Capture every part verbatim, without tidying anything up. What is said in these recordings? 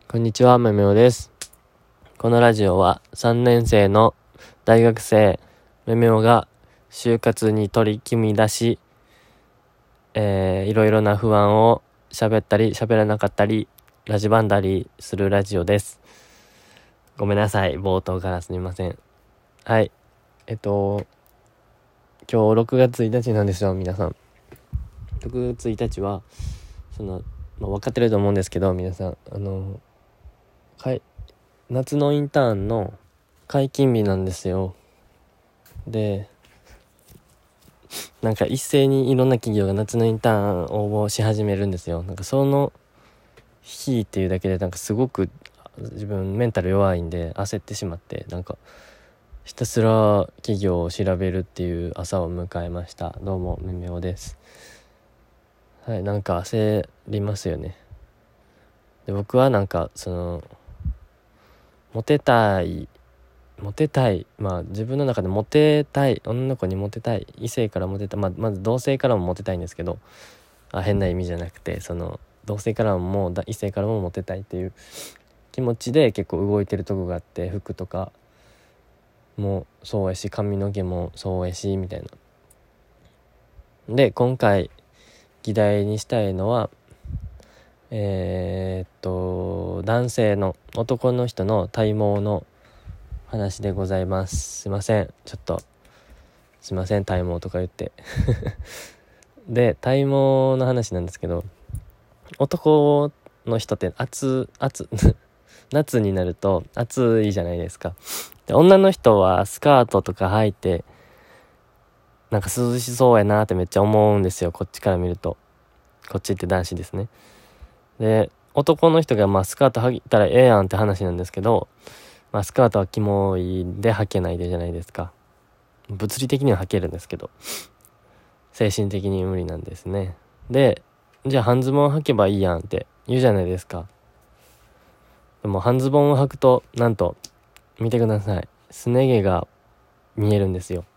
こんにちは、めめおです。このラジオはさんねん生の大学生めめおが就活に取り組み出し、えー、いろいろな不安を喋ったり喋らなかったりラジバンだりするラジオです。ごめんなさい、冒頭からすみません。はい、えっと今日ろくがつついたちなんですよ。皆さん、ろくがつついたちはその、まあ、分かってると思うんですけど、皆さんあのかい夏のインターンの解禁日なんですよ。で、なんか一斉にいろんな企業が夏のインターン応募し始めるんですよ。なんかその日っていうだけでなんかすごく自分メンタル弱いんで焦ってしまって、なんかひたすら企業を調べるっていう朝を迎えました。どうもめめおです。はい、なんか焦りますよね。で、僕はなんかそのモテたいモテたいまあ自分の中でモテたい女の子にモテたい異性からモテたい、まあ、まず同性からもモテたいんですけど、あ変な意味じゃなくて、その同性からも異性からもモテたいっていう気持ちで結構動いてるとこがあって、服とかもそうやし髪の毛もそうやしみたいな。で今回議題にしたいのはえー、っと男性の男の人の体毛の話でございます。すいません、ちょっとすいません体毛とか言ってで、体毛の話なんですけど、男の人って暑暑夏になると暑いじゃないですか。で、女の人はスカートとか履いてなんか涼しそうやなってめっちゃ思うんですよ、こっちから見ると。こっちって男子ですね。で、男の人がまあスカート履いたらええやんって話なんですけど、まあスカートはキモいで履けないでじゃないですか。物理的には履けるんですけど精神的に無理なんですね。で、じゃあ半ズボン履けばいいやんって言うじゃないですか。でも半ズボンを履くとなんと見てください、すね毛が見えるんですよ。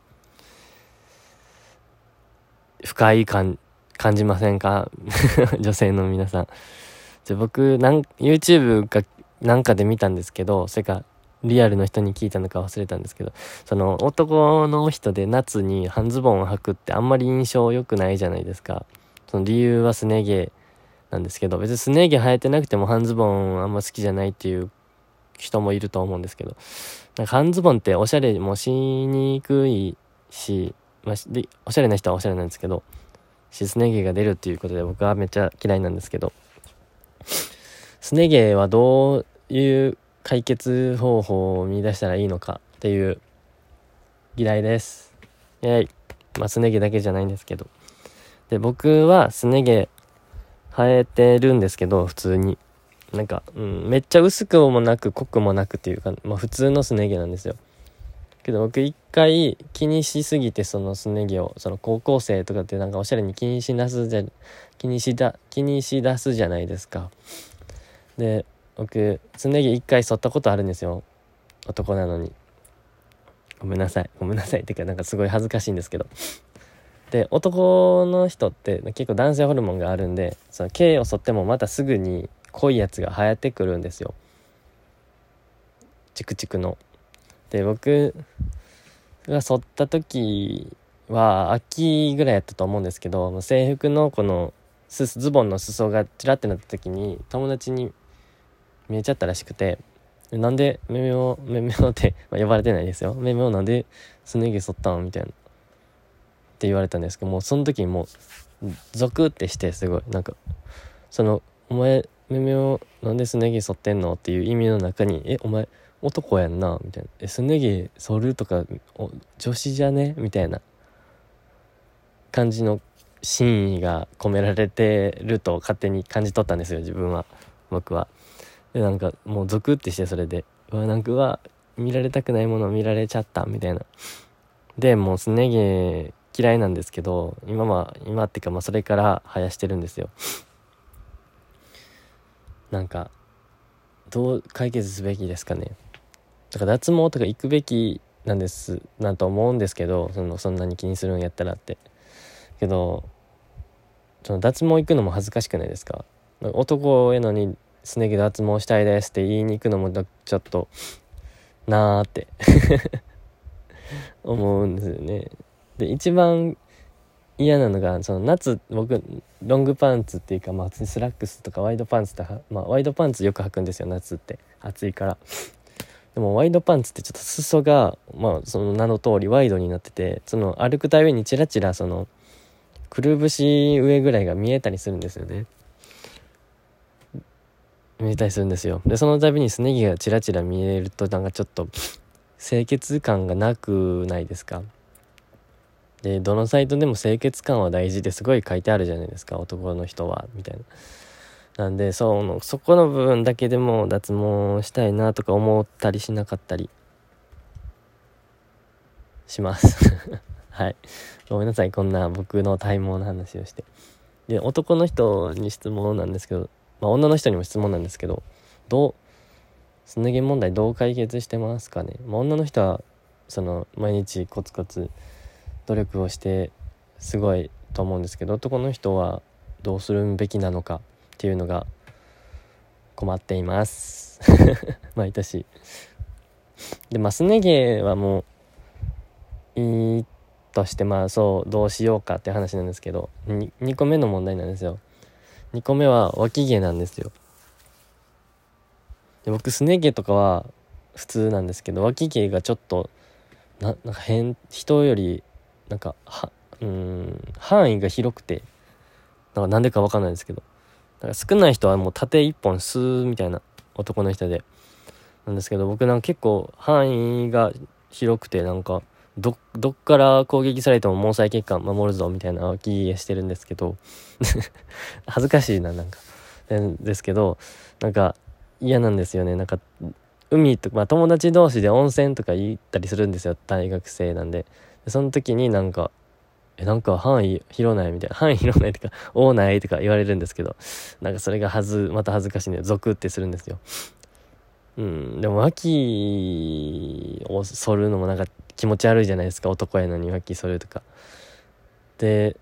不快感感じませんか女性の皆さん。じゃ僕なん YouTube かなんかで見たんですけど、それかリアルの人に聞いたのか忘れたんですけど、その男の人で夏に半ズボンを履くってあんまり印象良くないじゃないですか。その理由はすね毛なんですけど、別にすね毛生えてなくても半ズボンあんま好きじゃないっていう人もいると思うんですけど、なんか半ズボンっておしゃれもしにくいし、まあ、でおしゃれな人はおしゃれなんですけど、しすね毛が出るっていうことで僕はめっちゃ嫌いなんですけど、すね毛はどういう解決方法を見出したらいいのかっていう議題です。イェイ。まあすね毛だけじゃないんですけど、で僕はすね毛生えてるんですけど、普通になんか、うん、めっちゃ薄くもなく濃くもなくっていうか、まあ普通のすね毛なんですよ。けど僕一回気にしすぎて、そのすね毛をその高校生とかってなんかおしゃれに気にしなすじゃ気にしだ気にしだすじゃないですか。で僕すね毛一回剃ったことあるんですよ、男なのに。ごめんなさいごめんなさいってかなんかすごい恥ずかしいんですけど、で男の人って結構男性ホルモンがあるんで、その毛を剃ってもまたすぐに濃いやつが生えてくるんですよ、チクチクの。で僕が剃った時は秋ぐらいやったと思うんですけど、制服のこのスズボンの裾がチラってなった時に友達に見えちゃったらしくて、なんでめめをめめをって、まあ、呼ばれてないですよ、めめをなんですね毛剃ったんみたいなって言われたんですけど、もうその時にもうゾクってして、すごいなんかそのお前めめをなんですね毛剃ってんのっていう意味の中に、えお前男やんなみたいな、えすね毛剃るとかお女子じゃねみたいな感じの真意が込められてると勝手に感じ取ったんですよ、自分は僕は。でなんかもうゾクってして、それでうわなんかうわ見られたくないものを見られちゃったみたいな。でもうすね毛嫌いなんですけど、今は今っていうかまあそれから生やしてるんですよ。なんかどう解決すべきですかね。だから脱毛とか行くべきなんですなんと思うんですけど、そのそんなに気にするんやったらってけど、その脱毛行くのも恥ずかしくないですか。男へのにすね毛脱毛したいですって言いに行くのもちょっとなーって思うんですよね。で一番嫌なのがその夏、僕ロングパンツっていうか、まあ、スラックスとかワイドパンツとか、まあ、ワイドパンツよく履くんですよ、夏って暑いから。でもワイドパンツってちょっと裾が、まあ、その名の通りワイドになってて、その歩くたびにチラチラそのくるぶし上ぐらいが見えたりするんですよね。見えたりするんですよ。でその度にすね毛がチラチラ見えるとなんかちょっと清潔感がなくないですか。でどのサイトでも清潔感は大事ですごい書いてあるじゃないですか、男の人はみたいな。なんでそのそこの部分だけでも脱毛したいなとか思ったりしなかったりしますはい、ごめんなさい、こんな僕の体毛の話をして。で男の人に質問なんですけど、まあ、女の人にも質問なんですけど、どうすね毛問題どう解決してますかね。まあ、女の人はその毎日コツコツ努力をしてすごいと思うんですけど、男の人はどうするべきなのかっていうのが困っています毎年で、まあすね毛はもういいとして、まあそうどうしようかって話なんですけど、 2, にこめの問題なんですよ。にこめは脇毛なんですよ。で僕すね毛とかは普通なんですけど、脇毛がちょっとななんか変、人よりなんかはうーん範囲が広くて、なんかなんでか分かんないんですけど、なんか少ない人はもう縦一本スーみたいな男の人でなんですけど、僕なんか結構範囲が広くて、なんかどどっから攻撃されても毛細血管守るぞみたいな気がしてるんですけど恥ずかしいな、なんかですけど、なんか嫌なんですよね。なんか海とか、まあ、友達同士で温泉とか行ったりするんですよ、大学生なんで。でその時になんかえなんか範囲広ないみたいな、範囲広ないとか多ないとか言われるんですけど、なんかそれがはずまた恥ずかしいんでゾクってするんですよ。うんでも脇を剃るのもなんか気持ち悪いじゃないですか、男やのに脇剃るとかで、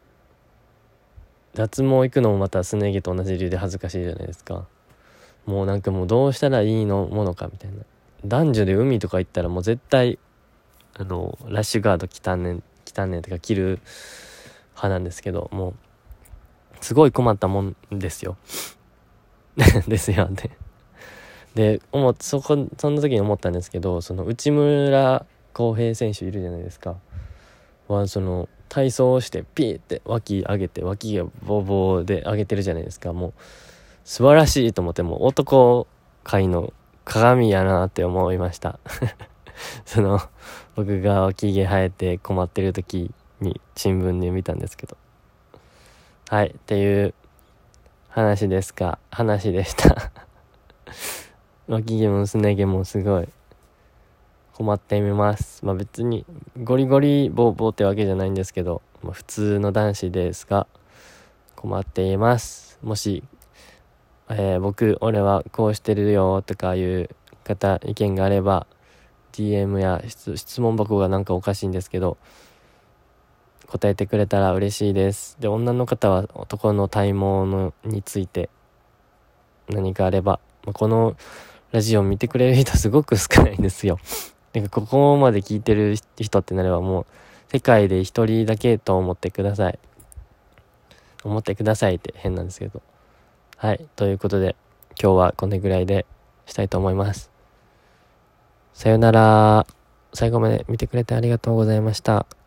脱毛行くのもまたすね毛と同じ理由で恥ずかしいじゃないですか。もうなんかもうどうしたらいいのものかみたいな。男女で海とか行ったらもう絶対あのラッシュガード着たんねん着たんねんとか着る派なんですけど、もうすごい困ったもんですよですよね。で思っそこその時に思ったんですけど、その内村航平選手いるじゃないですかは、その体操をしてピーって脇上げて、脇がボーボーで上げてるじゃないですか。もう素晴らしいと思って、もう男界の鏡やなって思いましたその僕が脇毛生えて困ってる時に新聞で見たんですけど、はいっていう話ですか話でした脇毛もすね毛もすごい困ってみます。まあ別にゴリゴリボーボーってわけじゃないんですけど、まあ、普通の男子ですが困っています。もし、えー、僕俺はこうしてるよとかいう方意見があれば ディーエム や 質, 質問箱がなんかおかしいんですけど答えてくれたら嬉しいです。で女の方は男の体毛のについて何かあれば、まあ、このラジオ見てくれる人すごく少ないんですよ。なんかここまで聞いてる人ってなればもう世界で一人だけと思ってください。思ってくださいって変なんですけど。はい。ということで今日はこれぐらいでしたいと思います。さよなら。最後まで見てくれてありがとうございました。